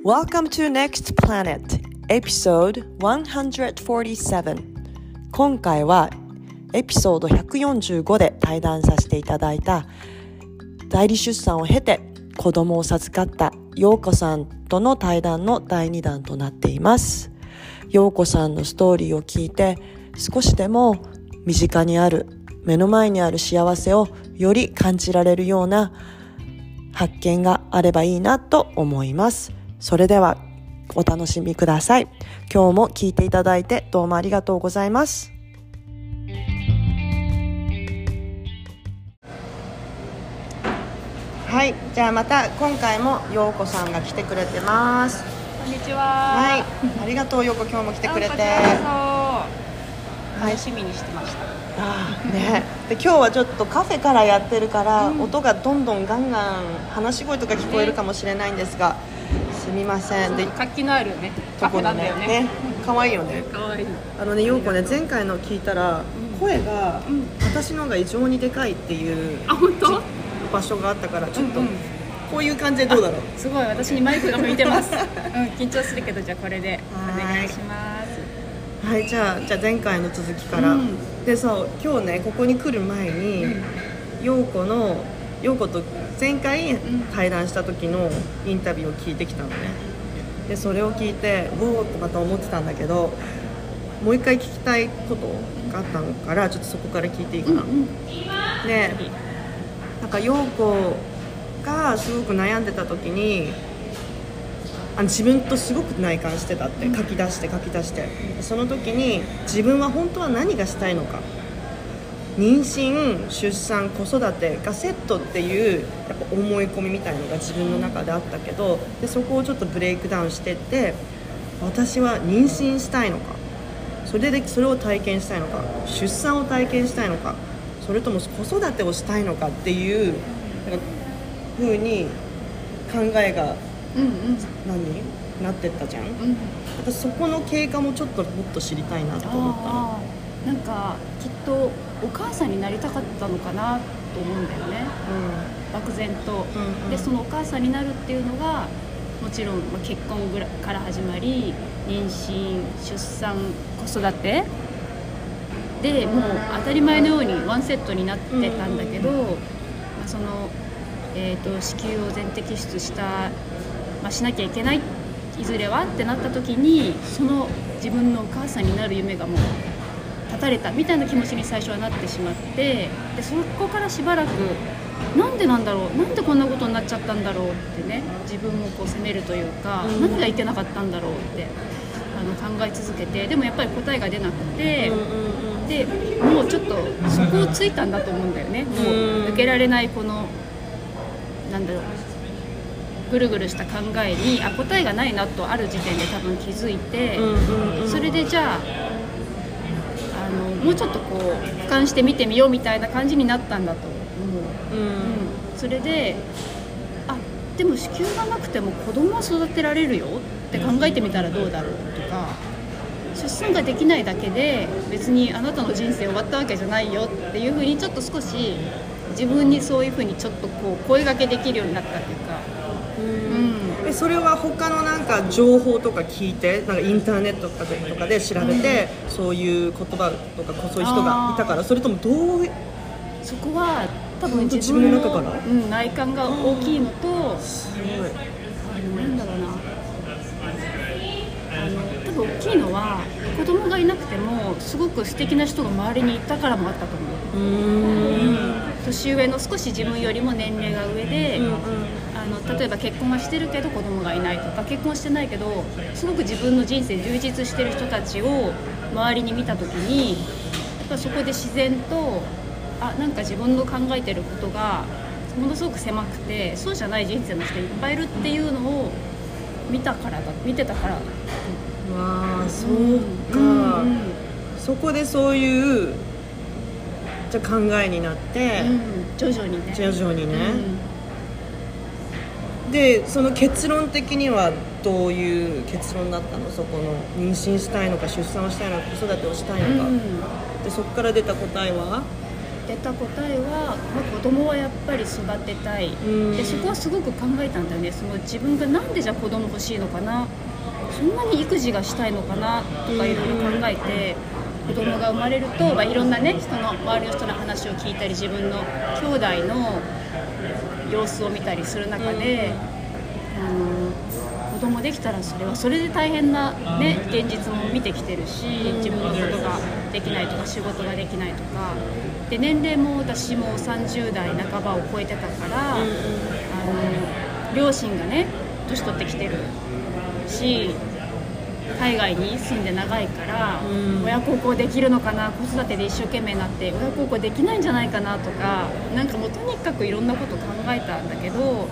Welcome to Next Planet Episode 147。今回はエピソード145で対談させていただいた代理出産を経て子供を授かった陽子さんとの対談の第2弾となっています。陽子さんのストーリーを聞いて少しでも身近にある目の前にある幸せをより感じられるような発見があればいいなと思います。それではお楽しみください。今日も聞いていただいてどうもありがとうございます。はい、じゃあまた今回も陽子さんが来てくれてます。 こんにちは。 はい、ありがとう陽子、今日も来てくれて。 楽しみにしてました。 ね、で今日はちょっとカフェからやってるから、音がどんどんガンガン話し声とか聞こえるかもしれないんですが、すみません。で活気のあるねカフェなんだよね。 可愛いよね。 可愛い。 陽子ね、前回の聞いたら、声が私の方が異常にでかいっていう本当場所があったから、ちょっとこういう感じでどうだろう。 すごい、私にマイクが向いてます。緊張するけど、じゃあこれでお願いします。 はい、じゃあ前回の続きから、でそう今日ね、ここに来る前に、陽子と前回対談した時のインタビューを聞いてきたのね。でそれを聞いておおってまた思ってたんだけど、もう一回聞きたいことがあったのから、ちょっとそこから聞いていいかな。でなんか陽子がすごく悩んでた時に、自分とすごく内観してたって、書き出してその時に自分は本当は何がしたいのか、妊娠、出産、子育てがセットっていうやっぱ思い込みみたいのが自分の中であったけど、でそこをちょっとブレイクダウンしてって、私は妊娠したいのか、それを体験したいのか、出産を体験したいのか、それとも子育てをしたいのかっていう風に考えがなってったじゃん。私そこの経過もちょっともっと知りたいなと思ったの。 なんかきっとお母さんになりたかったのかなと思うんだよね、漠然と、でそのお母さんになるっていうのがもちろん結婚から始まり、妊娠、出産、子育てでもう当たり前のようにワンセットになってたんだけど、その、子宮を全摘出した、しなきゃいけない、いずれはってなった時に、その自分のお母さんになる夢がもう絶たれたみたいな気持ちに最初はなってしまって、でそこからしばらくなんでなんだろう、なんでこんなことになっちゃったんだろうってね、自分をこう責めるというか、何がいけなかったんだろうって考え続けて、でもやっぱり答えが出なくて、でもうちょっとそこをついたんだと思うんだよね。もう抜けられないこのなんだろう、ぐるぐるした考えに答えがないなとある時点で多分気づいて、それでじゃあもうちょっとこう俯瞰して見てみようみたいな感じになったんだと思う。それででも子宮がなくても子供は育てられるよって考えてみたらどうだろうとか、出産ができないだけで別にあなたの人生終わったわけじゃないよっていう風に、ちょっと少し自分にそういう風にちょっとこう声掛けできるようになったっていうか。 それは他のなんか情報とか聞いて、なんかインターネットとかで調べて、そういう言葉とかそういう人がいたから、それともそこは多分自分の中から、 内観が大きいのと、すごいなんだろうな、多分大きいのは子供がいなくてもすごく素敵な人が周りにいたからもあったと思う。年上の少し自分よりも年齢が上で、例えば結婚はしてるけど子供がいないとか、結婚してないけどすごく自分の人生充実してる人たちを周りに見た時に、やっぱそこで自然となんか自分の考えてることがものすごく狭くて、そうじゃない人生の人いっぱいいるっていうのを見てたから。 そうか、そこでそういう考えになって、 徐々にね、 でその結論的にはどういう結論だったの？そこの妊娠したいのか、出産をしたいのか、子育てをしたいのか、でそこから出た答えは出た答えは、子供はやっぱり育てたい、でそこはすごく考えたんだよね。その自分がなんでじゃあ子供欲しいのかな、そんなに育児がしたいのかなとかいろいろ考えて、子供が生まれると、いろんなね人の周りの人の話を聞いたり、自分の兄弟の様子を見たりする中で、子供できたらそれはそれで大変な、ね、現実も見てきてるし、自分のことができないとか仕事ができないとかで、年齢も私も30代半ばを超えてたから、両親がね年取ってきてるし、海外に住んで長いから、親孝行できるのかな、子育てで一生懸命になって親孝行できないんじゃないかなとか、なんかもうとにかくいろんなこと考えたんだけど、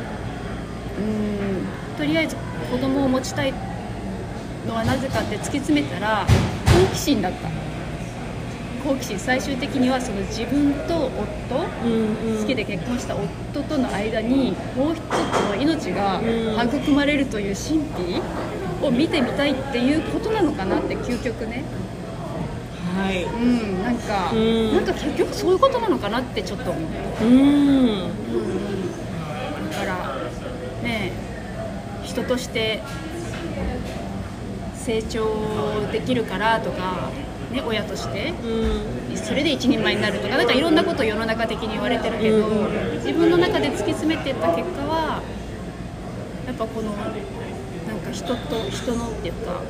とりあえず子供を持ちたいのはなぜかって突き詰めたら好奇心だった。好奇心、最終的にはその自分と夫、好きで結婚した夫との間にもう一つの命が育まれるという神秘を見てみたいっていうことなのかなって、究極ね。 はい、 なんか結局そういうことなのかなってちょっと思う。だからね、人として成長できるからとか、ね、親として、それで一人前になるとか、なんかいろんなことを世の中的に言われてるけど、自分の中で突き詰めていった結果はやっぱこのなんか人と人のっていうか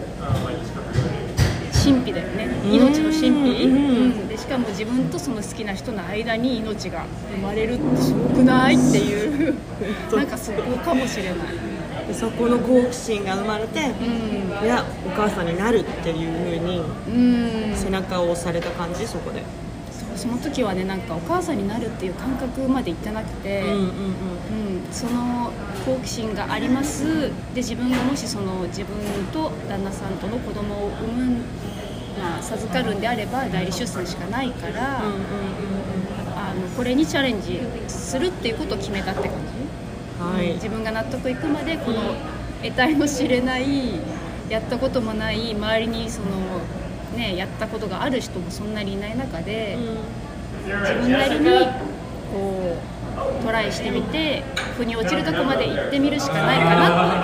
神秘だよね、命の神秘、でしかも自分とその好きな人の間に命が生まれるってすごくないっていうなんかそこかもしれない。 でそこの好奇心が生まれて、いやお母さんになるっていう風に背中を押された感じ。そこでその時はね、なんかお母さんになるっていう感覚までいってなくて、その好奇心があります。で自分がもしその自分と旦那さんとの子供を産む、授かるんであれば代理出産しかないから、これにチャレンジするっていうことを決めたって感じ。自分が納得いくまでこの得体の知れない、やったこともない周りにそのね、やったことがある人もそんなにいない中で、自分なりにこうトライしてみて、腑に落ちるとこまで行ってみるしかないかなって、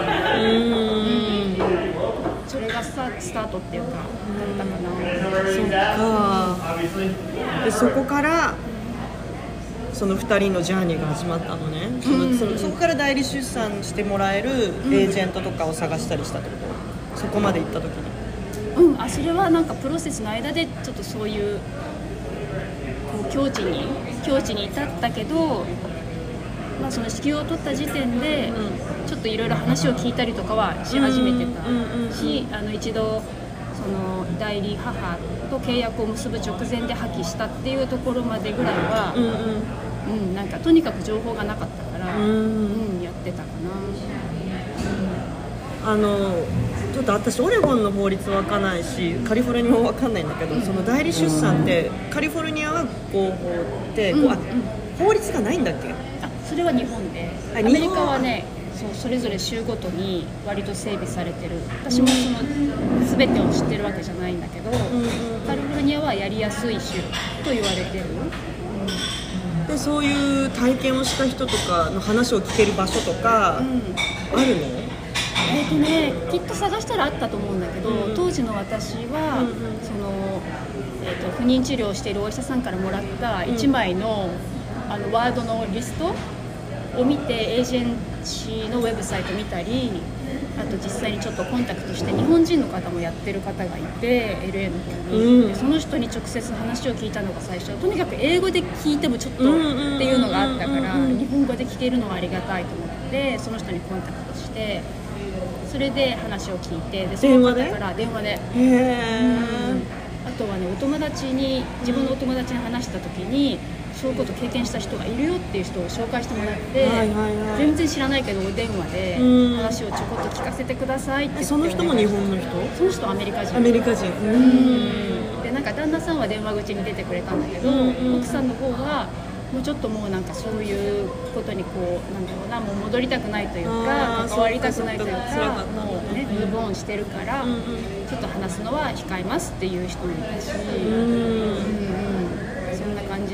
それがスタートっていうかだったかな。 そっか。でそこからその2人のジャーニーが始まったのね。そこから代理出産してもらえるエージェントとかを探したりしたってこと？そこまで行った時に。 それはなんかプロセスの間でちょっとそういう境地に至ったけど、その子宮を取った時点でちょっといろいろ話を聞いたりとかはし始めてたし、一度その代理母と契約を結ぶ直前で破棄したっていうところまでぐらいは、なんかとにかく情報がなかったから、やってたかな。 ちょっと私オレゴンの法律わかんないしカリフォルニアもわかんないんだけど、その代理出産ってカリフォルニアは合法って法律がないんだっけ？ それは日本で、アメリカはね、それぞれ州ごとに割と整備されてる。私もその全てを知ってるわけじゃないんだけど、カリフォルニアはやりやすい州と言われてる。 でそういう体験をした人とかの話を聞ける場所とかあるの？ きっと探したらあったと思うんだけど、当時の私は、その不妊治療をしているお医者さんからもらった1枚の、ワードのリストを見て、エージェンシーのウェブサイト見たり、あと実際にちょっとコンタクトして日本人の方もやってる方がいて LA の方に、でその人に直接話を聞いたのが最初。とにかく英語で聞いてもちょっとっていうのがあったから、日本語で聞けるのはありがたいと思って、その人にコンタクトして、それで話を聞いて、でその方から電話で、あとはね、自分のお友達に話した時に、そういうこと経験した人がいるよっていう人を紹介してもらって、全然知らないけどお電話で話をちょこっと聞かせてくださいって言って。 その人も日本の人？ その人はアメリカ人。でなんか旦那さんは電話口に出てくれたんだけど、奥さんの方はもうちょっともうなんかそういうことになんだろうな、もう戻りたくないというか、関わりたくないというか、もうねムーブオンしてるから、ちょっと話すのは控えますっていう人もいたし、そんな感じ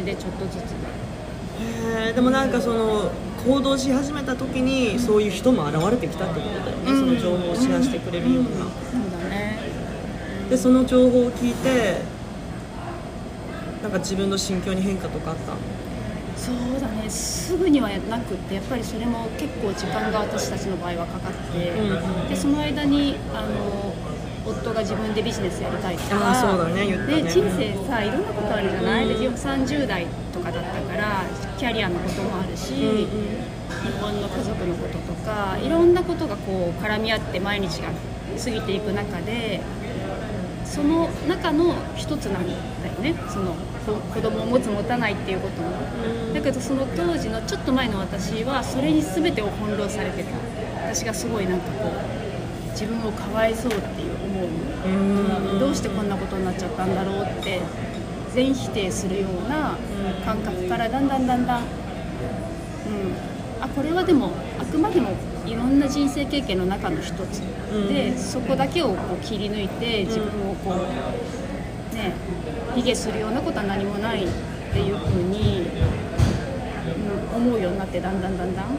じでちょっとずつ。 でもなんかその行動し始めた時にそういう人も現れてきたってことだよね、その情報をシェアしてくれるような、 そうだね。 でその情報を聞いてなんか自分の心境に変化とかあった？ そうだね、すぐにはなくって、やっぱりそれも結構時間が私たちの場合はかかって、でその間に夫が自分でビジネスやりたいとか、 そうだね、言ったね。 で人生さいろんなことあるじゃない、で30代とかだったからキャリアのこともあるし、日本の家族のこととかいろんなことがこう絡み合って毎日が過ぎていく中で、その中の一つなんだよね、その子供を持つ持たないっていうことも、だけどその当時のちょっと前の私はそれに全てを翻弄されてた。私がすごいなんかこう自分をかわいそうっていう思う、どうしてこんなことになっちゃったんだろうって全否定するような感覚からだんだん、これはでもあくまでもいろんな人生経験の中の一つで、そこだけをこう切り抜いて自分をこうね卑下するようなことは何もないっていうふうに、思うようになって、だんだん、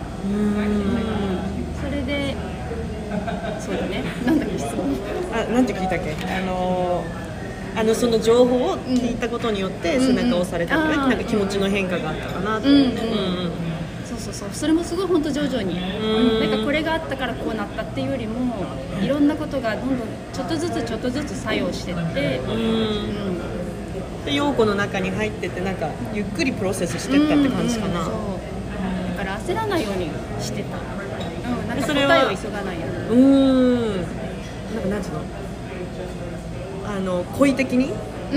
それでそうだね、なんだっけ質問、 なんて聞いたっけ、その情報を聞いたことによって背中を押されたとか、なんか気持ちの変化があったかなと思って、 そうそれもすごい本当徐々に、なんかこれがあったからこうなったっていうよりも、いろんなことがどんどんちょっとずつ作用してって、 で陽子の中に入ってってなんかゆっくりプロセスしてったって感じかな、 そうだから焦らないようにしてた、なんか答えを急がないように、 なんかなんていうの、故意的に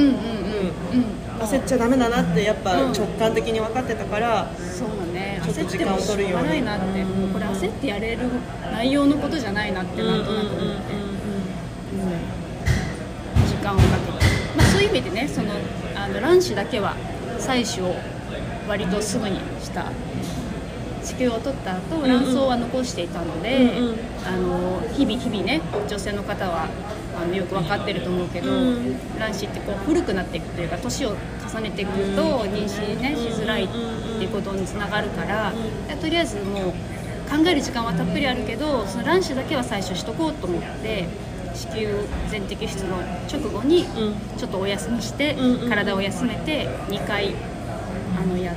焦っちゃダメだなってやっぱ直感的に分かってたから、 そうだね、 ちょっと時間を取るように、焦ってもしょうがないなって、もうこれ焦ってやれる内容のことじゃないなってなんとなく思って、時間をかけて、そういう意味でね、その卵子だけは採取を割とすぐにした。子宮を取った後、卵巣は残していたので、日々ね、女性の方はよく分かってると思うけど、卵子ってこう古くなっていくというか、年を重ねていくと妊娠ねしづらいっていうことにつながるから、とりあえずもう考える時間はたっぷりあるけど、その卵子だけは採取しとこうと思って、子宮全摘出の直後にちょっとお休みして、体を休めて2回やって、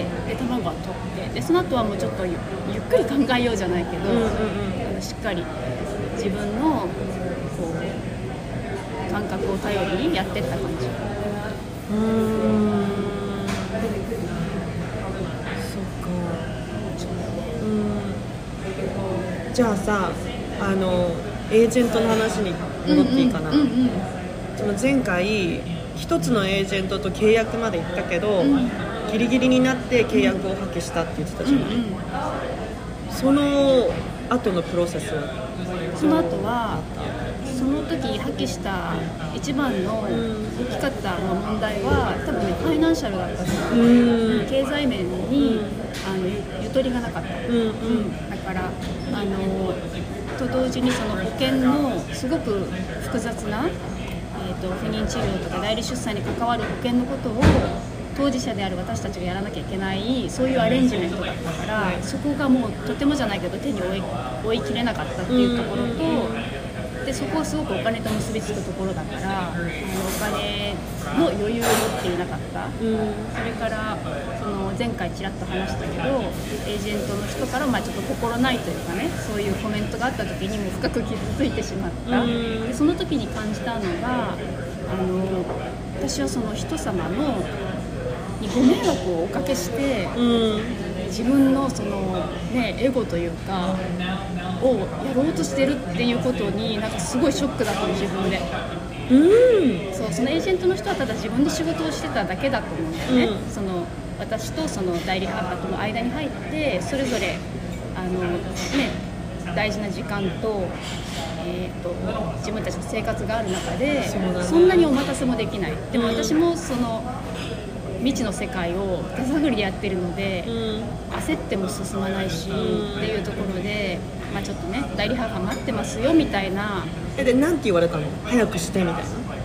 で卵は取って、でその後はもうちょっとゆっくり考えようじゃないけど、しっかり自分のこう感覚を頼りにやってった感じ。 そっか。じゃあさ、エージェントの話に戻っていいかな。その前回一つのエージェントと契約まで行ったけど、ギリギリになって契約を破棄したって言ってたじゃない、その後のプロセスは？ その後はその時破棄した一番の大きかった問題は多分ね、ファイナンシャルだったと思う。経済面にゆとりがなかった、だからと同時にその保険のすごく複雑な、不妊治療とか代理出産に関わる保険のことを当事者である私たちがやらなきゃいけない、そういうアレンジメントだったから、そこがもうとてもじゃないけど手に負いきれなかったっていうところと、でそこはすごくお金と結びつくところだから、お金の余裕を持っていなかった、それからその前回ちらっと話したけど、エージェントの人からちょっと心ないというかね、そういうコメントがあった時にも深く傷ついてしまった、でその時に感じたのが、私はその人様のにご迷惑をおかけして、自分のその、エゴというかをやろうとしてるっていうことになんかすごいショックだったの、自分で。そのエージェントの人はただ自分で仕事をしてただけだと思うんだよね、その私とその代理母との間に入ってそれぞれ大事な時間と、自分たちの生活がある中で そんなにお任せもできない。でも私もその未知の世界を手探りでやってるので、焦っても進まないし、っていうところで、ちょっとね代理母が待ってますよみたいな。 でなんて言われたの？早くしてみたいな。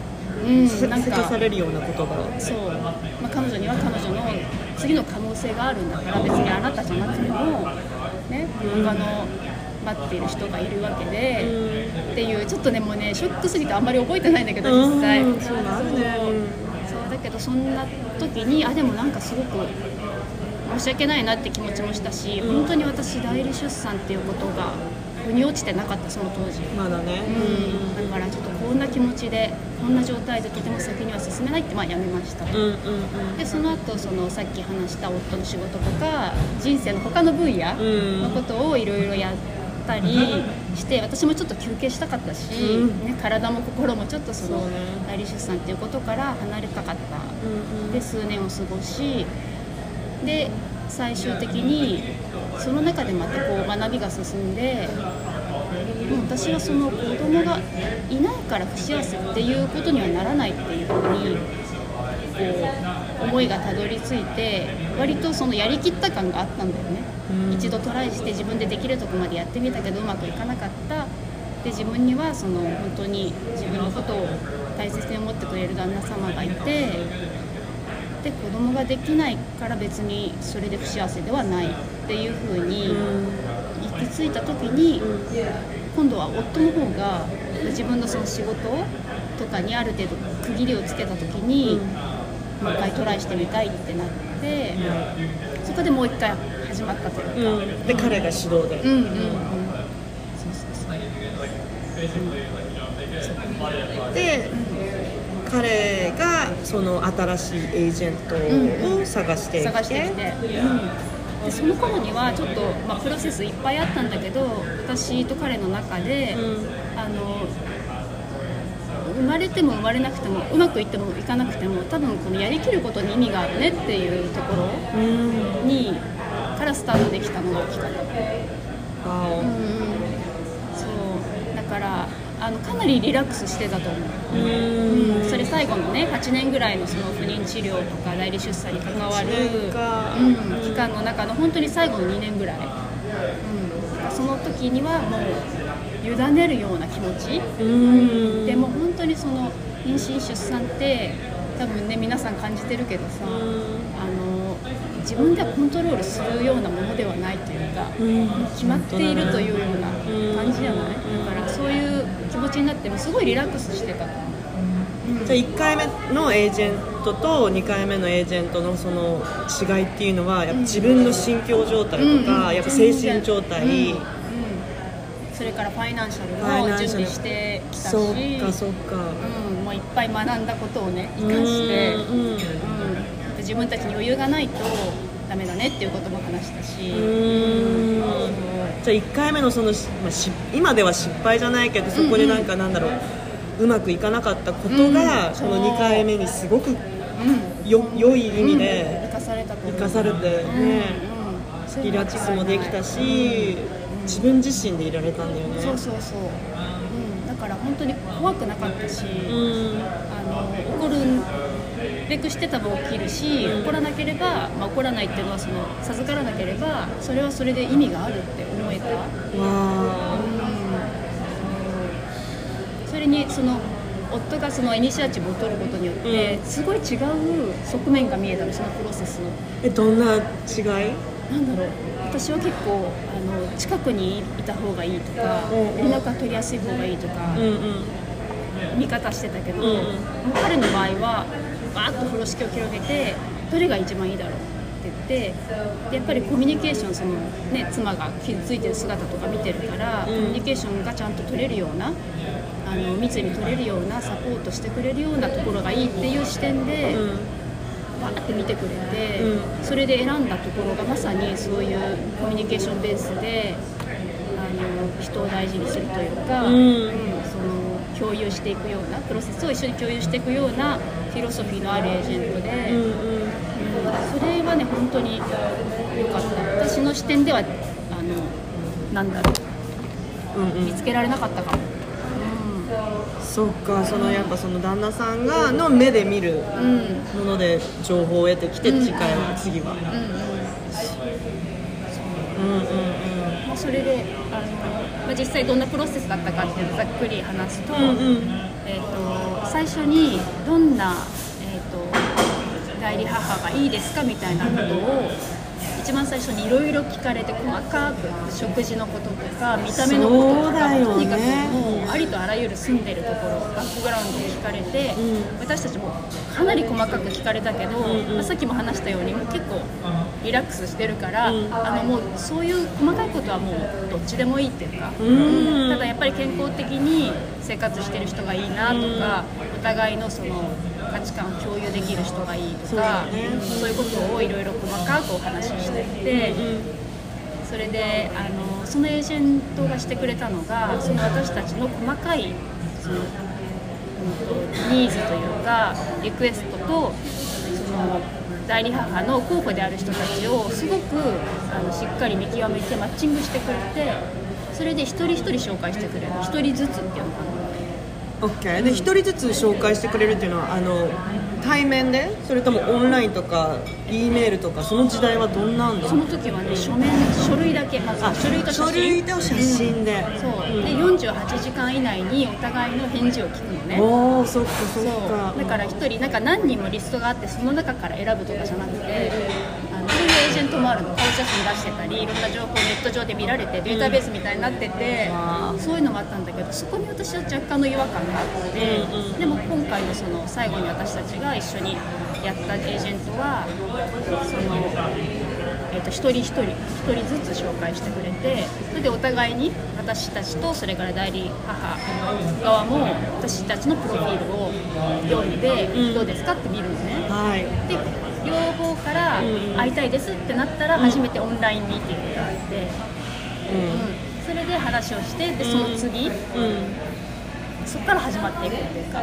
なんかせかされるような言葉。 そう、彼女には彼女の次の可能性があるんだから、別にあなたじゃなくてもね、他の待っている人がいるわけで、っていう、ちょっとねもうねショックすぎてあんまり覚えてないんだけど、実際そうなんだね。 そうだけど、そんな時にでもなんかすごく申し訳ないなって気持ちもしたし、本当に私代理出産っていうことが腑に落ちてなかった、その当時。 まだね、 だからちょっとこんな気持ちで、こんな状態でとても先には進めないってやめました。でその後さっき話した夫の仕事とか人生の他の分野のことをいろいろやったりして、私もちょっと休憩したかったし、体も心もちょっと代理出産っていうことから離れたかった、で数年を過ごし、で最終的にその中でまたこう学びが進んで、もう私はその子供がいないから不幸せっていうことにはならないっていうふうにこう思いがたどり着いて、割とそのやりきった感があったんだよね。一度トライして自分でできるとこまでやってみたけどうまくいかなかった。で自分には本当に自分のことを大切に思ってくれる旦那様がいて、で子供ができないから別にそれで不幸せではないっていうふうに行き着いた時に、今度は夫の方が自分のその仕事とかにある程度区切りをつけた時に、もう一回トライしてみたいってなって、そこでもう一回始まったというか、 で彼が主導で、で彼がその新しいエージェントを探してきて、 でその頃にはちょっと、プロセスいっぱいあったんだけど、私と彼の中で、生まれても生まれなくてもうまくいってもいかなくても、多分このやりきることに意味があるねっていうところに、からスタートできたのが大きかった。そうだからかなりリラックスしてたと思う。それ最後のね8年ぐらいのその不妊治療とか代理出産に関わる期間の中の本当に最後の2年ぐらい、その時にはもう委ねるような気持ち、でも本当にその妊娠出産って多分ね皆さん感じてるけどさ、自分ではコントロールするようなものではないというか、決まっているというような感じじゃない。だからそういう気持ちになってもすごいリラックスしてたと思う。 じゃあ1回目のエージェントと2回目のエージェントのその違いっていうのは、やっぱ自分の心境状態とか、やっぱ精神状態、 それからファイナンシャルも準備してきたし、 そうか、 もういっぱい学んだことをね生かして、自分たちに余裕がないとダメだねっていうことも話したし、 じゃあ1回目のその、今では失敗じゃないけど、そこでなんだろう、うまくいかなかったことが、この2回目にすごく良い意味で生かされてね、リラックスもできたし、自分自身でいられたんだよね。 そう、だから本当に怖くなかったし、怒るべくして多分起きるし、怒らなければ、怒らないっていうのはその授からなければそれはそれで意味があるって思えた。それにその夫がそのイニシアチブを取ることによって、すごい違う側面が見えたの、そのプロセスの。 どんな違い？ なんだろう、私は結構近くにいた方がいいとか、連絡が取りやすい方がいいとか、見方してたけど、彼の場合はバーッと風呂敷を広げてどれが一番いいだろうって言って、でやっぱりコミュニケーション、そのね妻が傷ついてる姿とか見てるから、コミュニケーションがちゃんと取れるような、密に取れるようなサポートしてくれるようなところがいいっていう視点で、バーって見てくれて、それで選んだところがまさにそういうコミュニケーションベースで人を大事にするというか、その共有していくようなプロセスを一緒に共有していくようなフィロソフィーのあるエージェントで、それはね本当に良かった。私の視点ではなんだろう、見つけられなかったかも。 そっか、やっぱその旦那さんがの目で見るもので情報を得てきて、次はそれで実際どんなプロセスだったかっていうのをざっくり話すと、 最初にどんな、代理母がいいですかみたいなことを一番最初にいろいろ聞かれて、細かく食事のこととか見た目のこととか、とにかくもうありとあらゆる住んでるところ、バックグラウンドを聞かれて、私たちもかなり細かく聞かれたけど、さっきも話したようにもう結構リラックスしてるから、もうそういう細かいことはもうどっちでもいいっていうか、ただやっぱり健康的に生活してる人がいいなとか、お互いのその価値観を共有できる人がいいとか、そういうことをいろいろ細かくお話ししていて、それでそのエージェントがしてくれたのが、その私たちの細かいその、ニーズというかリクエストと、その代理母の候補である人たちをすごくしっかり見極めてマッチングしてくれて、それで一人一人紹介してくれる、一人ずつっていうのかな。 OK で、一人ずつ紹介してくれるっていうのは対面で、それともオンラインとか E メールとか、その時代はどんなんですか？ その時はね、書類だけ、まず書類と写真、 書類と写真で、 そうで48時間以内にお互いの返事を聞くのね。 おー、そっかそっか。 だから一人なんか何人もリストがあって、その中から選ぶとかじゃなくて、そういうエージェントもあるの。顔写真出してたり、いろんな情報をネット上で見られて、データベースみたいになってて、そういうのもあったんだけど、そこに私は若干の違和感があって、でも今回のその最後に私たちが一緒にやったエージェントはその、一人ずつ紹介してくれて、それでお互いに私たちとそれから代理母側も私たちのプロフィールを読んで、どうですかって見るのね。で両方から会いたいですってなったら初めてオンラインミーティングがあって、それで話をして、でその次、そこから始まっていくっていうか、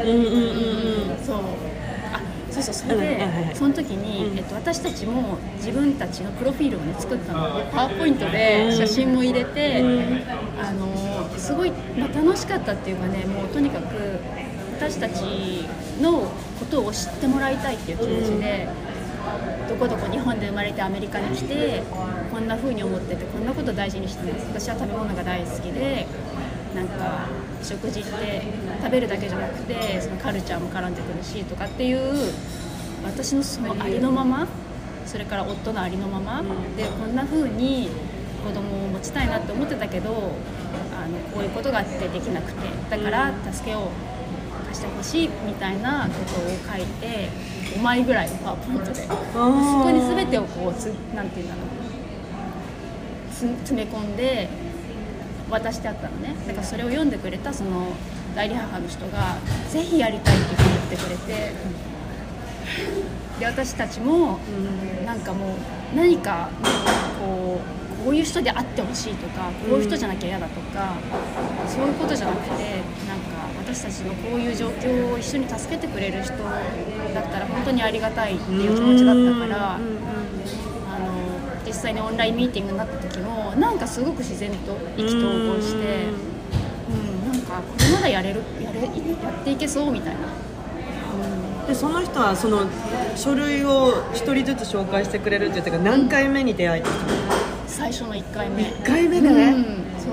それで、その時に、私たちも自分たちのプロフィールをね作ったの。パワーポイントで写真も入れて、すごい、楽しかったっていうかね、もうとにかく私たちのことを知ってもらいたいっていう気持ちで、どこどこ日本で生まれてアメリカに来てこんな風に思ってて、こんなこと大事にしてます、私は食べ物が大好きで、なんか食事って食べるだけじゃなくてそのカルチャーも絡んでくるしとかっていう、私のそのありのまま、それから夫のありのままで、こんな風に子供を持ちたいなって思ってたけど、こういうことがあってできなくて、だから助けを貸してほしいみたいなことを書いて、5枚ぐらいのパワーポイントで、そこに全てをこうなんていうんだろう、詰め込んで渡してあったのね。だからそれを読んでくれたその代理母の人がぜひやりたいって言ってくれて、で私たちもなんかもう何かこういう人であってほしいとか、こういう人じゃなきゃ嫌だとか、そういうことじゃなくて、なんか私たちのこういう状況を一緒に助けてくれる人だったら本当にありがたいっていう気持ちだったから、実際にオンラインミーティングになった時もなんかすごく自然と意気投合して、なんかこれまだやっていけそうみたいな。 でその人はその書類を一人ずつ紹介してくれるって言ったから、何回目に出会いました？ 最初の1回目。 1回目でね、 そう、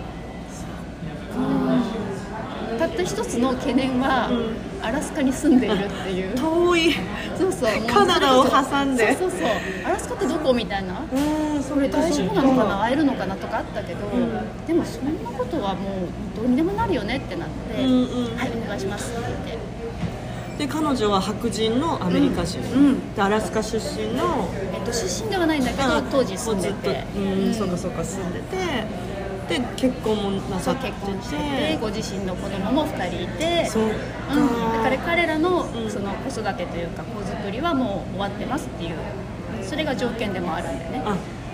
たった一つの懸念は、アラスカに住んでいるっていう。 遠い。 そうそう、 カナダを挟んで。 そうアラスカってどこみたいな、それ大丈夫なのかな、会えるのかなとかあったけど、でもそんなことはもうどうにでもなるよねってなって、はいお願いしますって言って。 で彼女は白人のアメリカ人、でアラスカ出身の、 出身ではないんだけど当時住んでて、 そうか住んでて、で結婚もなさってて、 結婚してて、ご自身の子供も2人いて、 そうか、 だから彼らのその子育てというか子作りはもう終わってますっていう、それが条件でもあるんでね。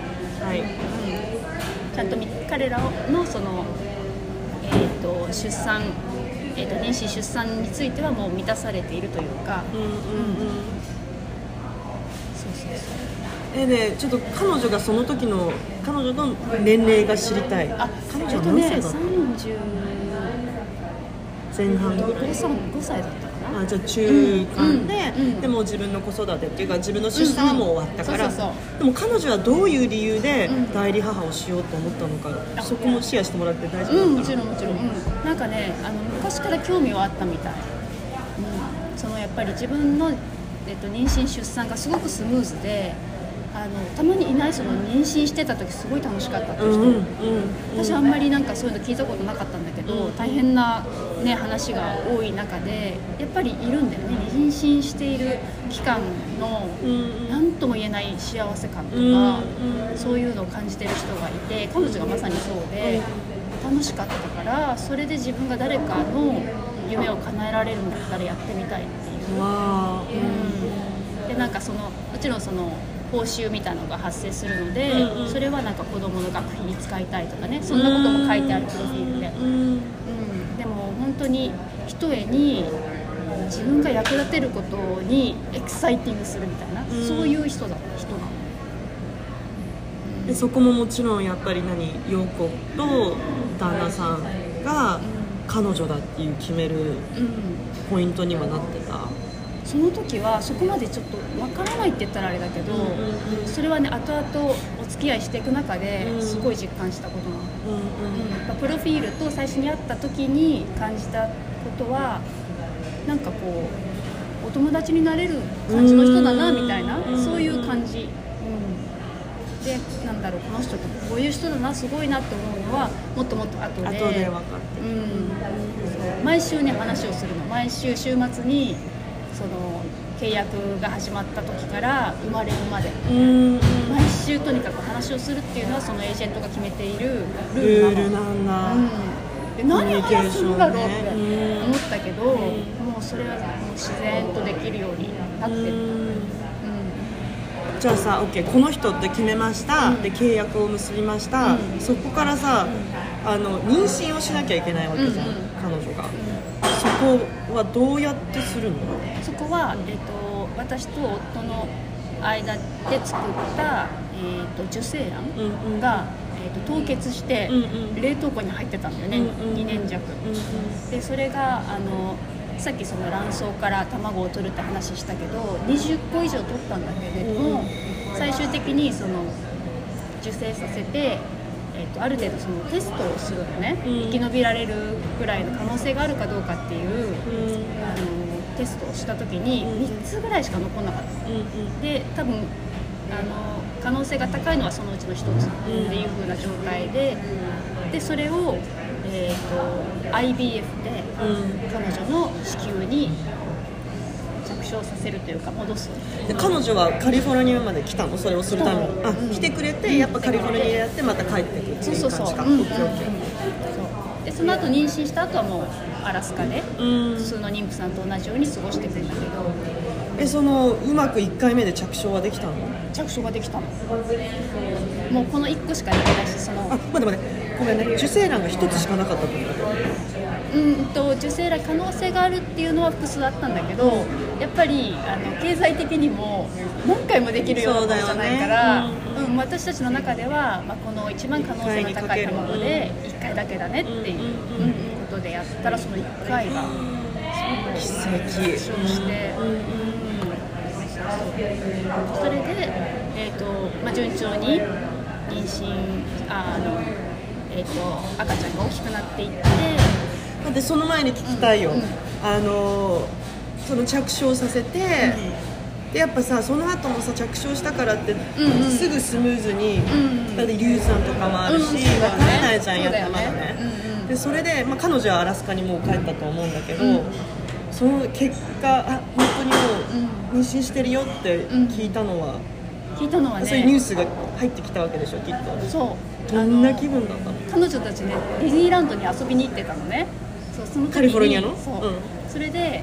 ちゃんと彼らのその、出産、妊娠出産についてはもう満たされているというか、 でちょっと彼女がその時の彼女の年齢が知りたい。彼女は何歳だった？ 30 前半 5歳だったかな。 な。 じゃあ中間で、でも自分の子育てっていうか自分の出産はもう終わったから、でも彼女はどういう理由で代理母をしようと思ったのか、そこもシェアしてもらって大丈夫だった？ もちろんもちろん、なんかね昔から興味はあったみたい、そのやっぱり自分の、妊娠出産がすごくスムーズで、たまにいないその妊娠してた時すごい楽しかったっていう人、私あんまりなんかそういうの聞いたことなかったんだけど、大変な、ね、話が多い中でやっぱりいるんだよね。妊娠している期間の何とも言えない幸せ感とか、そういうのを感じてる人がいて、彼女がまさにそうで楽しかったから、それで自分が誰かの夢を叶えられるんだったらやってみたいっていう、でなんかもちろんその報酬みたいなのが発生するので、それはなんか子供の学費に使いたいとかね、そんなことも書いてあるプロフィールで、でも本当にひとえに自分が役立てることにエキサイティングするみたいな、そういう人なの。 でそこももちろんやっぱり陽子と旦那さんが彼女だっていう決めるポイントにはなってた。 その時はそこまでちょっと分からないって言ったらあれだけど、それはね後々お付き合いしていく中ですごい実感したことなの。プロフィールと最初に会った時に感じたことは、なんかこうお友達になれる感じの人だなみたいな、そういう感じ、でなんだろう、この人ってこういう人だな、すごいなって思うのはもっともっと後で分かって、 毎週ね話をするの。毎週週末にその契約が始まった時から生まれるまで、毎週とにかく話をするっていうのはそのエージェントが決めているルールなんだ。で何を話すんだろうって思ったけど、もうそれはもう自然とできるようになってる。 じゃあさ、OK、この人って決めました、で契約を結びました、そこからさ、妊娠をしなきゃいけないわけじゃん、彼女が。そこはどうやってするの？ そこは、私と夫の間で作った、受精卵が、凍結して、冷凍庫に入ってたんだよね、2年弱、でそれがさっきその卵巣から卵を取るって話したけど20個以上取ったんだけれども、最終的にその受精させて、ある程度そのテストをするのね、生き延びられるぐらいの可能性があるかどうかっていう、テストをした時に3つぐらいしか残んなかった、で多分可能性が高いのはそのうちの1つっていう風な状態で、それを、IVF で彼女の子宮に着床させるというか戻す。 で彼女はカリフォルニアまで来たの？それをするために来てくれて、やっぱカリフォルニアやってまた帰ってくるっていう感じか。 でその後妊娠した後はもうアラスカで普通の妊婦さんと同じように過ごしてくれたけど、 そのうまく1回目で着床はできたの？ 着床ができたの。もうこの1個しかできないし、その待ってごめんね、受精卵が1つしかなかったってこと？ 受精卵可能性があるっていうのは複数あったんだけど、やっぱり経済的にも何回もできるようなものじゃないから、私たちの中では、この一番可能性が高い卵で1回だけだねっていうことでやったら、その1回がすごい奇跡して、それで、順調に妊娠赤ちゃんが大きくなっていって、 でその前に聞きたいよ、その着床させて、でやっぱさその後もさ着床したからって、すぐスムーズに、だって硫酸とかもあるし、分からないじゃん、やったまだね、でそれで、彼女はアラスカにもう帰ったと思うんだけど、その結果本当にもう妊娠してるよって聞いたのはね、そういうニュースが入ってきたわけでしょ、きっと。そうどんな気分だったの？ 彼女たちね、ディズニーランドに遊びに行ってたのね。その時にカリフォルニアの？ それで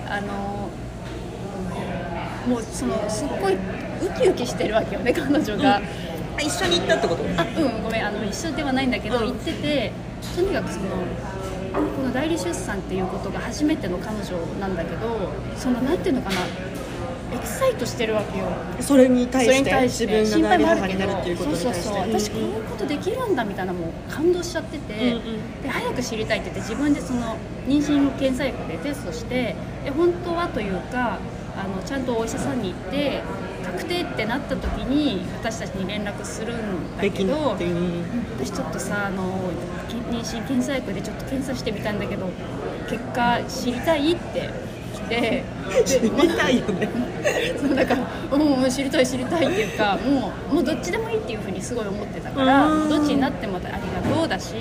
もうすっごいウキウキしてるわけよね、彼女が。 一緒に行ったってこと？ ごめん、一緒ではないんだけど、行ってて、とにかくこの代理出産っていうことが初めての彼女なんだけど、なんていうのかな、 エキサイトしてるわけよ。 それに対して自分が代理母になるっていうことに対して、 そう私こういうことできるんだみたいな、もう感動しちゃってて、で早く知りたいって言って自分でその妊娠検査薬でテストして、で本当はというかちゃんとお医者さんに行って確定ってなった時に私たちに連絡するんだけど、私ちょっとさ妊娠検査薬でちょっと検査してみたんだけど結果知りたいって来て知りたいよねそうだからもう知りたいっていうかもうどっちでもいいっていうふうにすごい思ってたから、どっちになってもありがとうだし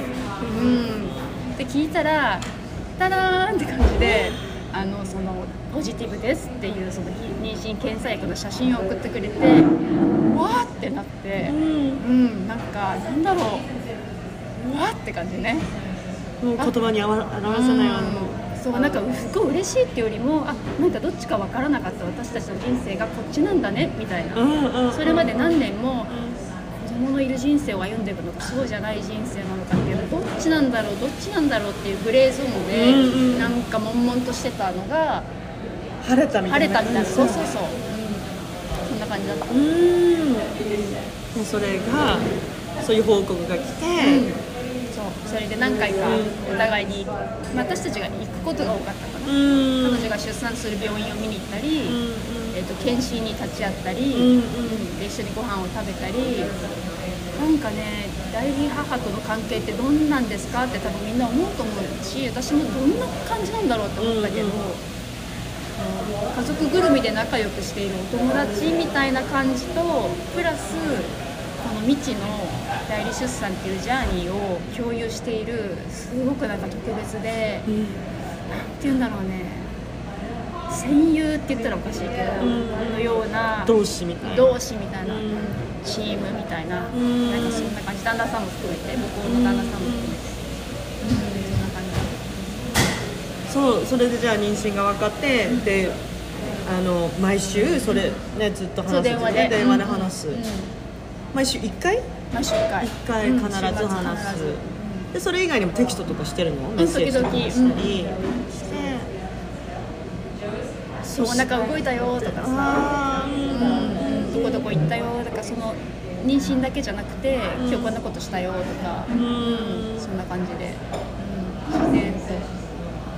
って聞いたらタラーンって感じでそのポジティブですっていうその妊娠検査薬の写真を送ってくれて、わーってなって、なんかなんだろう、わーって感じね。 もう言葉に表せないわ。 そうなんかすごい嬉しいっていうよりもなんかどっちか分からなかった私たちの人生がこっちなんだねみたいな、それまで何年も子供のいる人生を歩んでいくのかそうじゃない人生なのかっていうのどっちなんだろうっていうグレーゾーンで、なんか悶々としてたのが晴れたみたいな。 そう、そんな感じだった。 それがそういう報告が来て、 それで何回かお互いに、私たちが行くことが多かったかな。彼女が出産する病院を見に行ったり、検診に立ち会ったり、で一緒にご飯を食べたり、なんかね代理母との関係ってどんなんですかって多分みんな思うと思うし、私もどんな感じなんだろうって思ったけど、家族ぐるみで仲良くしているお友達みたいな感じとプラスこの未知の代理出産っていうジャーニーを共有しているすごくなんか特別で、なんていうんだろうね、戦友って言ったらおかしいけど、のような同志みたいな、 チームみたいな、なんかそんな感じ、旦那さんも含めて向こうの旦那さんも含めて、そんな感じ。 それでじゃあ妊娠が分かって、で毎週それねずっと話す、電話で話す、毎週1回毎週1回必ず話す、でそれ以外にもテキストとかしてるの？メッセージとかしたりして、 お腹動いたよとかさ、どこどこ行ったよとか、その妊娠だけじゃなくて、今日こんなことしたよとか、そんな感じで、自然と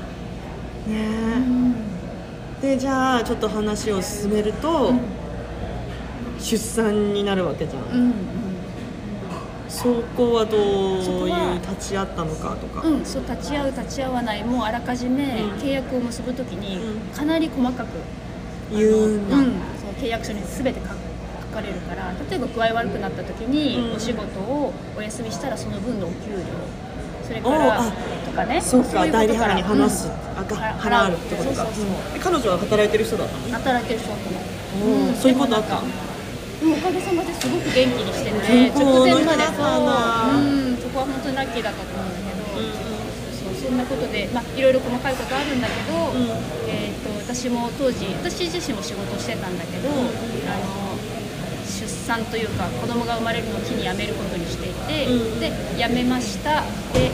でじゃあちょっと話を進めると、出産になるわけじゃん。そこはどういう立ち会ったのかとか。 そう立ち会わないもうあらかじめ契約を結ぶときにかなり細かく言うんだ。 そう契約書に全て書かれるから、例えば具合悪くなったときにお仕事をお休みしたらその分のお給料、それからとかね、 そうか、代理母に話す、払うってことか。彼女は働いてる人だったの？ 働いてる人だったの。 そういうことあった。 おかげさまですごく元気にしてね、直前までそこは本当にラッキーだったと思うんだけど、そんなことで、いろいろ細かいことあるんだけど、私も当時私自身も仕事してたんだけど、出産というか子供が生まれるのを機に辞めることにしていて、で辞めました。で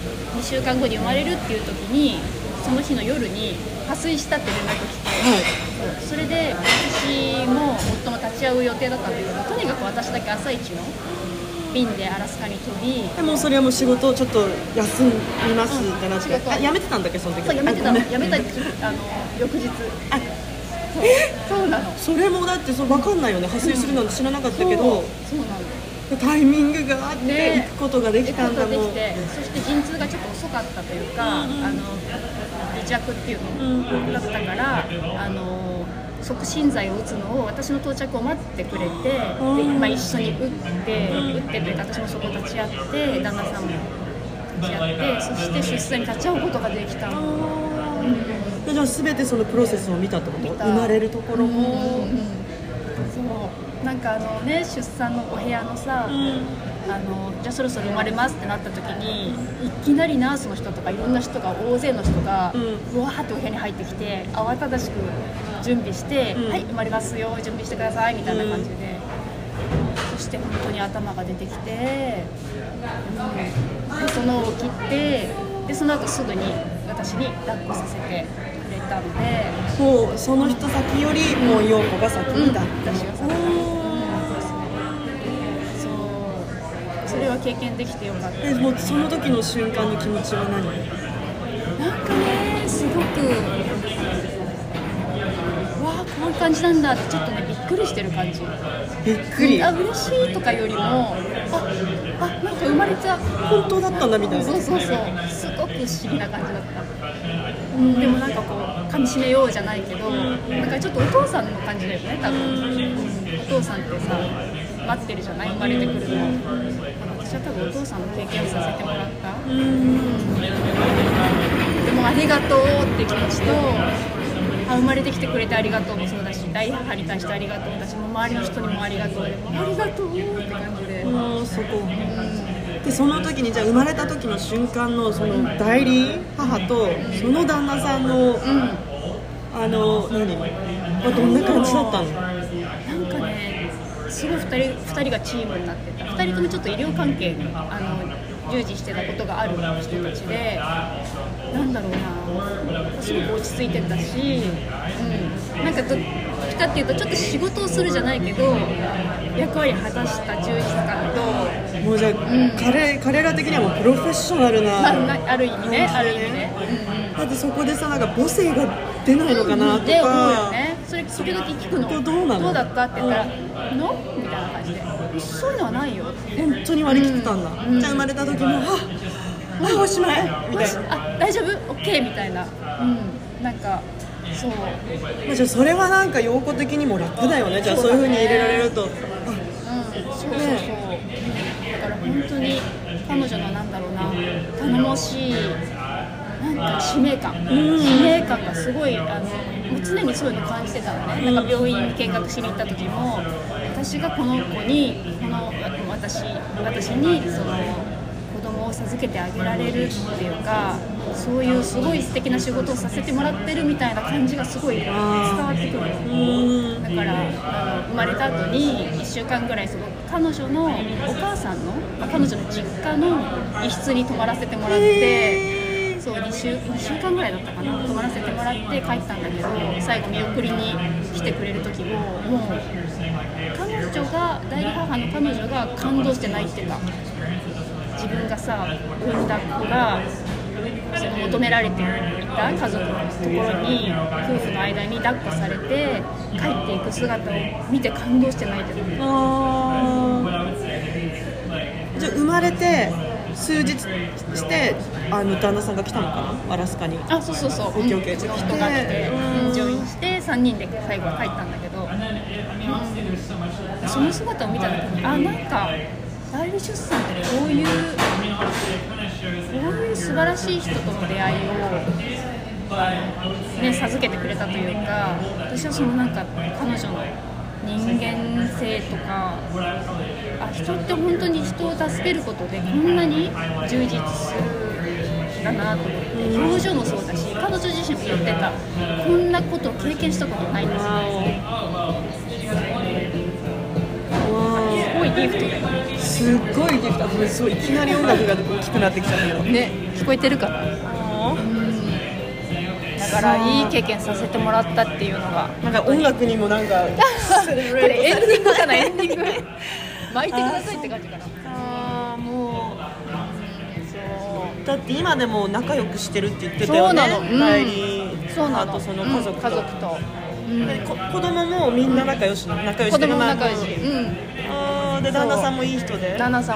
2週間後に生まれるっていう時にその日の夜に破水したって連絡来て、それで私も夫も立ち会う予定だったんだけど、とにかく私だけ朝一の便でアラスカに飛び、 でもそれはもう仕事をちょっと休みますってなって、辞めてたんだっけその時？ そう辞めた翌日。そうなの。 それもだって分かんないよね、破水するなんて知らなかったけど、 そうなの、 タイミングがあって行くことができたんだもん。そして陣痛がちょっと遅かったというか、離着っていうのだったから、促進剤を打つのを私の到着を待ってくれて、で、一緒に打ってというか、私もそこ立ち会って旦那さんも立ち会って、そして出産に立ち会うことができたの。 じゃあ全てそのプロセスを見たってこと？生まれるところも、 そうなんか出産のお部屋のさ、じゃあそろそろ生まれますってなった時に、いきなりナースの人とかいろんな人が、大勢の人がうわーってお部屋に入ってきて、慌ただしく準備して、はい、生まれますよ、準備してくださいみたいな感じで、そして本当に頭が出てきて、でそのを切って、でその後すぐに私に抱っこさせてくれたので、 もうその人先よりもう陽子が先にだった、 私が先だった。それは経験できてよかった。 もうその時の瞬間の気持ちは何？ なんかね、すごくわあこういう感じなんだってちょっとねびっくりしてる感じ。 びっくり。 嬉しいとかよりもなんか生まれた本当だったんだみたいな。 そうすごく不思議な感じだった。でもなんかこう噛み締めようじゃないけど、なんかちょっとお父さんの感じだよね多分。お父さんってさ待ってるじゃない、生まれてくるの。私は多分お父さんの経験をさせてもらった。でもありがとうって気持ちと、生まれてきてくれてありがとうもそうだし、大母に対してありがとうだし、周りの人にもありがとうで、ありがとうって感じで。 そこ。でその時にじゃあ生まれた時の瞬間のその代理母とその旦那さんの、何はどんな感じだったの？ なんかね、すごい2人がチームになってた。2人ともちょっと医療関係に従事してたことがある人たちで、なんだろうな、すごく落ち着いてたし、なんかどっちかっていうとちょっと仕事をするじゃないけど役割果たした充実感と、 もうじゃあ、彼ら的にはもうプロフェッショナルな、 ある意味ね、ある意味ね。 だってそこでさ、なんか母性が出ないのかなとか、 で思うよね。それ時々聞くの。 どうだったって言ったら、のみたいな感じで、そういうのはないよって。 本当に割り切ってたんだ。じゃあ生まれた時もおしまいみたいな。 大丈夫？オッケーみたいな。なんかそう。 じゃあそれはなんか陽子的にも楽だよね。じゃあそういう風に入れられると。 そう。だから本当に彼女のなんだろうな、頼もしいなんか使命感がすごい常にそういうの感じてたのね。なんか病院に見学しに行った時も、私がこの子に私にその子供を授けてあげられるっていうか、そういうすごい素敵な仕事をさせてもらってるみたいな感じがすごい伝わってくるの。だから生まれた後に1週間ぐらいその彼女のお母さんの彼女の実家の一室に泊まらせてもらって、そう2週間ぐらいだったかな、泊まらせてもらって帰ったんだけど、最後見送りに来てくれる時も、もう代理母の彼女が感動して泣いてた。自分がさ産んだ子がその求められていた家族のところに夫婦の間に抱っこされて帰っていく姿を見て感動して泣いてた。 じゃあ生まれて数日して旦那さんが来たのかな、アラスカに。 そう、 オッケーうちの人が来てジョインして3人で最後は帰ったんだけど、その姿を見た時になんか代理出産ってこういう素晴らしい人との出会いを、授けてくれたというか、私はそのなんか彼女の人間性とか、人って本当に人を助けることでこんなに充実するんだなと思って、表情もそうだし、彼女自身も言ってた、こんなことを経験したことないんですよね。すごいギフトだよね。 すごいギフト。すごいいきなり音楽が大きくなってきちゃったよね。聞こえてるかな。だからいい経験させてもらったっていうのが、 なんか音楽にもなんかこれエンディングかな、エンディング巻いてくださいって感じかな。もうそうだって今でも仲良くしてるって言ってたよね。代理母とその家族と。子供もみんな仲良し子供も仲良し。 で旦那さんもいい人で。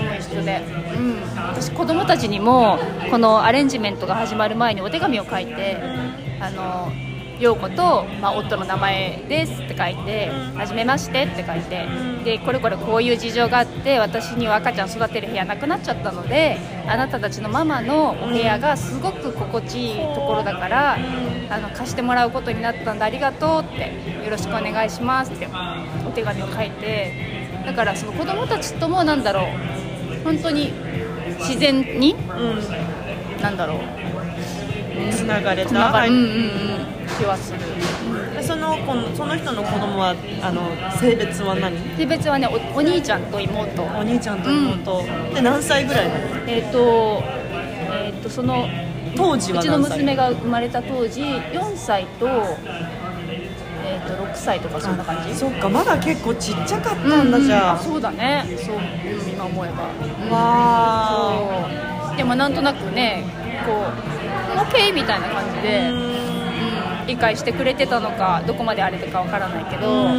私子供たちにもこのアレンジメントが始まる前にお手紙を書いて、陽子と、夫の名前ですって書いて、はじめましてって書いて、でこういう事情があって私には赤ちゃん育てる部屋なくなっちゃったので、あなたたちのママのお部屋がすごく心地いいところだから貸してもらうことになったんでありがとうって、よろしくお願いしますってお手紙を書いて、だからその子供たちともなんだろう、本当に自然に、なんだろう、 つながれた気はする。 その人の子供は性別は何？ 性別はね、お兄ちゃんと妹。 で何歳ぐらいなの？ その当時はうちの娘が生まれた当時4歳と、6歳とかそんな感じ。 そっか、まだ結構ちっちゃかったんだ、じゃあ。 そうだね、そう、今思えば。 わそうでもなんとなくね、こう OK みたいな感じで、理解してくれてたのかどこまであれかわからないけど、そう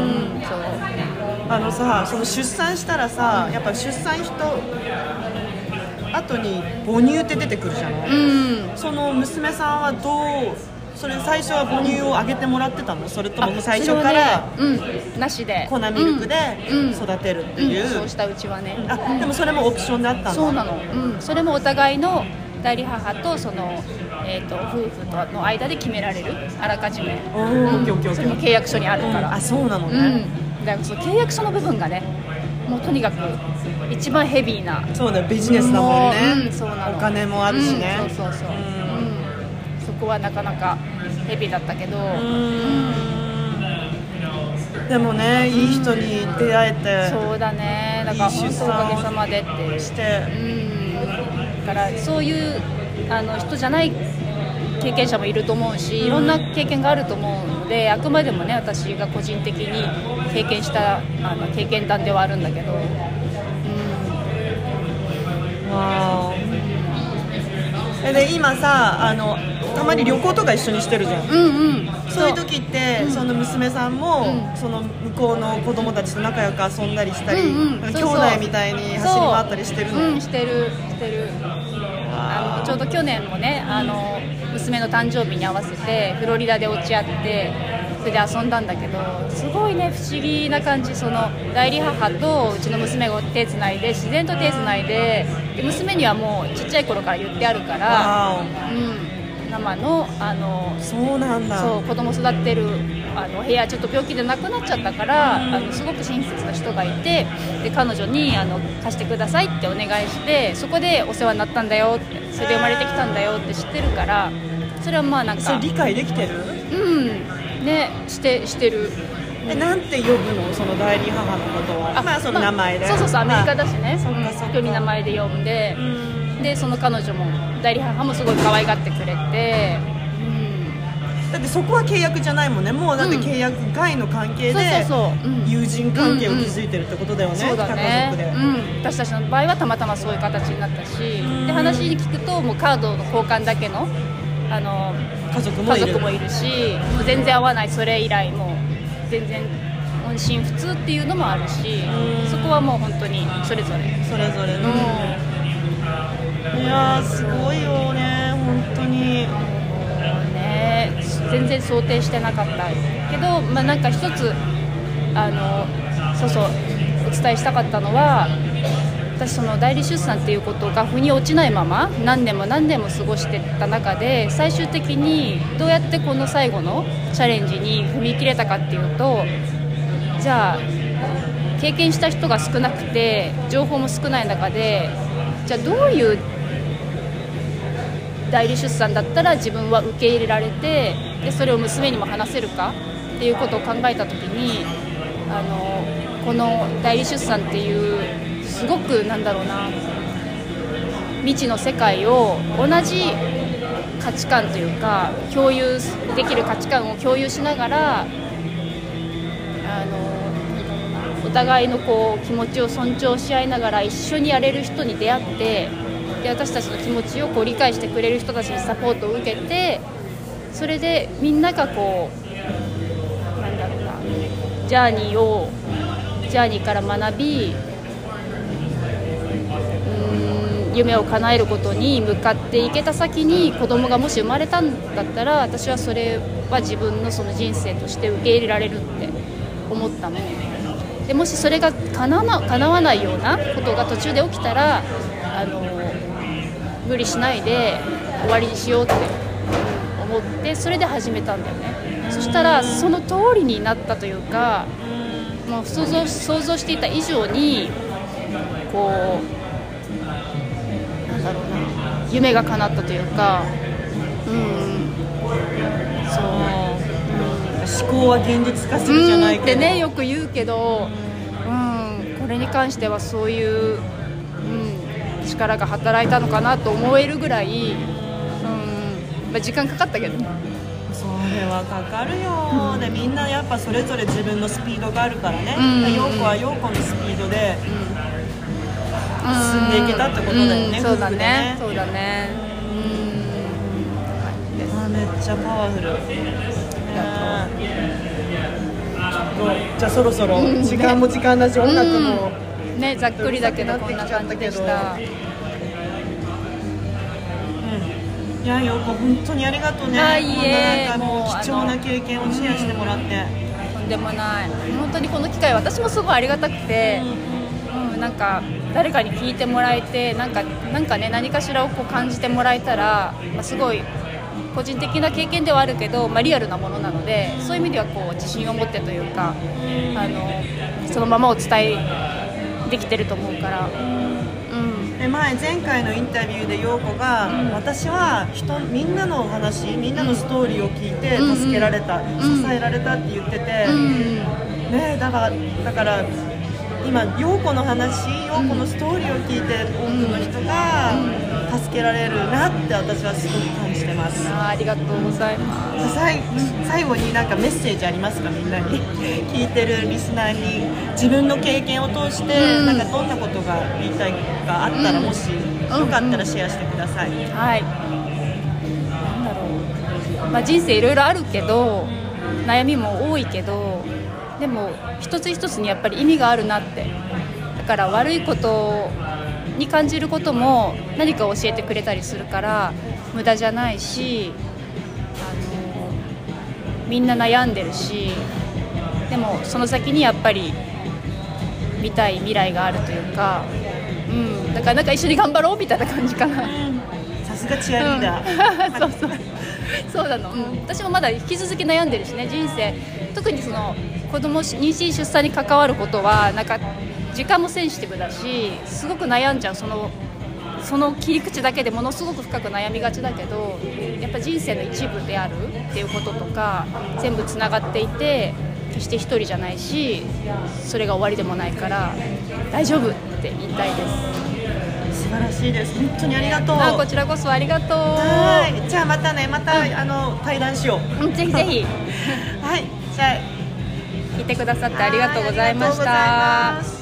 さ、その出産したらさ、やっぱ出産後に母乳って出てくるじゃない、その娘さんはそれ最初は母乳をあげてもらってたの？それとも最初から、 なしで粉ミルクで育てるっていう、 そうしたうちはね。 でもそれもオプションであったんだ。 そうなの、それもお互いの代理母とその、夫婦との間で決められる、あらかじめ。それも契約書にあるから。 そうなのね。 だからその契約書の部分がね、もうとにかく一番ヘビーな。 そうだよ、ビジネスだもんね。 そうなの。 お金もあるしね。 そう、そこはなかなかヘビーだったけど、 でもね、いい人に出会えて、 そうだね、だから本当おかげさまでってして、だからそういう人じゃない経験者もいると思うし、いろんな経験があると思うので、あくまでもね、私が個人的に経験した経験談ではあるんだけど、 で今さ、たまに旅行とか一緒にしてるじゃん。そういう時って、その娘さんも、その向こうの子供たちと仲良く遊んだりしたり、兄弟みたいに走り回ったりしてるの？ してる。ちょうど去年もね、娘の誕生日に合わせてフロリダで落ち合って、それで遊んだんだけど、すごいね、不思議な感じ。その代理母とうちの娘が手つないで、自然と手つないで、娘にはもうちっちゃい頃から言ってあるから、生のそうなんだ。 そう、子供育ってる部屋、ちょっと病気で亡くなっちゃったから、すごく親切な人がいて、で彼女に貸してくださいってお願いして、そこでお世話になったんだよって、それで生まれてきたんだよって知ってるから、それはまあなんかそれ理解できてる？ ね、してる。 なんて呼ぶの、その代理母のことは？その名前で。 そう、アメリカだしね、一人名前で呼んで、でその彼女も代理母もすごい可愛がってくれて、 だってそこは契約じゃないもんね。もうだって契約外の関係で友人関係を築いてるってことだよね。 そうだね。私たちの場合はたまたまそういう形になったし、で話に聞くともうカードの交換だけの家族もいるし、 もう全然会わない、それ以来もう全然音信不通っていうのもあるし、そこはもう本当にそれぞれの、 いやーすごいよね、本当にね。全然想定してなかったけど、なんか一つお伝えしたかったのは、私その代理出産っていうことが腑に落ちないまま何年も過ごしてた中で、最終的にどうやってこの最後のチャレンジに踏み切れたかっていうと、じゃあ経験した人が少なくて情報も少ない中で、じゃあどういう代理出産だったら自分は受け入れられて、でそれを娘にも話せるかっていうことを考えた時に、この代理出産っていうすごく未知の世界を同じ価値観というか、共有できる価値観を共有しながら、お互いの気持ちを尊重し合いながら一緒にやれる人に出会って、で私たちの気持ちを理解してくれる人たちにサポートを受けて、それでみんながジャーニーから学び、夢を叶えることに向かっていけた先に子供がもし生まれたんだったら、私はそれは自分のその人生として受け入れられるって思ったので、もしそれが叶わないようなことが途中で起きたら無理しないで終わりにしようって思って、それで始めたんだよね。そしたらその通りになったというか、もう想像していた以上に夢が叶ったというか、 思考は現実化するじゃないけどってね、よく言うけど、これに関してはそういう、力が働いたのかなと思えるぐらい、 ぱ時間かかったけどね。 それはかかるよ、でみんなやっぱそれぞれ自分のスピードがあるからね、陽子は陽子のスピードで進んでいけたってことだよね、 そうだね、 夫婦でね。 そうだね。 めっちゃパワフル。じゃあそろそろ時間も時間だし、音楽もね、ざっくりだけどこんな感じでした。 いや、陽子本当にありがとうね。なんかもう貴重な経験をシェアしてもらって。 とんでもない。本当にこの機会私もすごいありがたくて、なんか誰かに聞いてもらえて、なんかね、何かしらをこう感じてもらえたら、すごい個人的な経験ではあるけど、リアルなものなので、そういう意味ではこう自信を持ってというか、そのままお伝えできてると思うから。 前回のインタビューで陽子が、私はみんなのお話、みんなのストーリーを聞いて助けられた、支えられたって言ってて、ね、だから今陽子の話、陽子のストーリーを聞いて多くの人が助けられるなって私はすごく感じてます。 ありがとうございます。 最後になんかメッセージありますか、みんなに聞いてるリスナーに。自分の経験を通して、なんかどんなことが言いたいかあったら、もしよかったらシェアしてください。 はい、なんだろう、人生いろいろあるけど、悩みも多いけど、でも一つ一つにやっぱり意味があるなって。だから悪いことに感じることも何か教えてくれたりするから無駄じゃないし、みんな悩んでるし、でもその先にやっぱり見たい未来があるというか、だからなんか一緒に頑張ろうみたいな感じかな。 さすがチアリーダー。 そうなの、私もまだ引き続き悩んでるしね、人生。特にその子供妊娠出産に関わることはなんか時間もセンシティブだし、すごく悩んじゃう。その切り口だけでものすごく深く悩みがちだけど、やっぱ人生の一部であるっていうこととか全部つながっていて、決して一人じゃないし、それが終わりでもないから大丈夫って言いたいです。 素晴らしいです。本当にありがとう。 こちらこそありがとう。 はい、じゃあまたね、対談しよう。 ぜひぜひ。 はい、じゃあ聞いてくださってありがとうございました。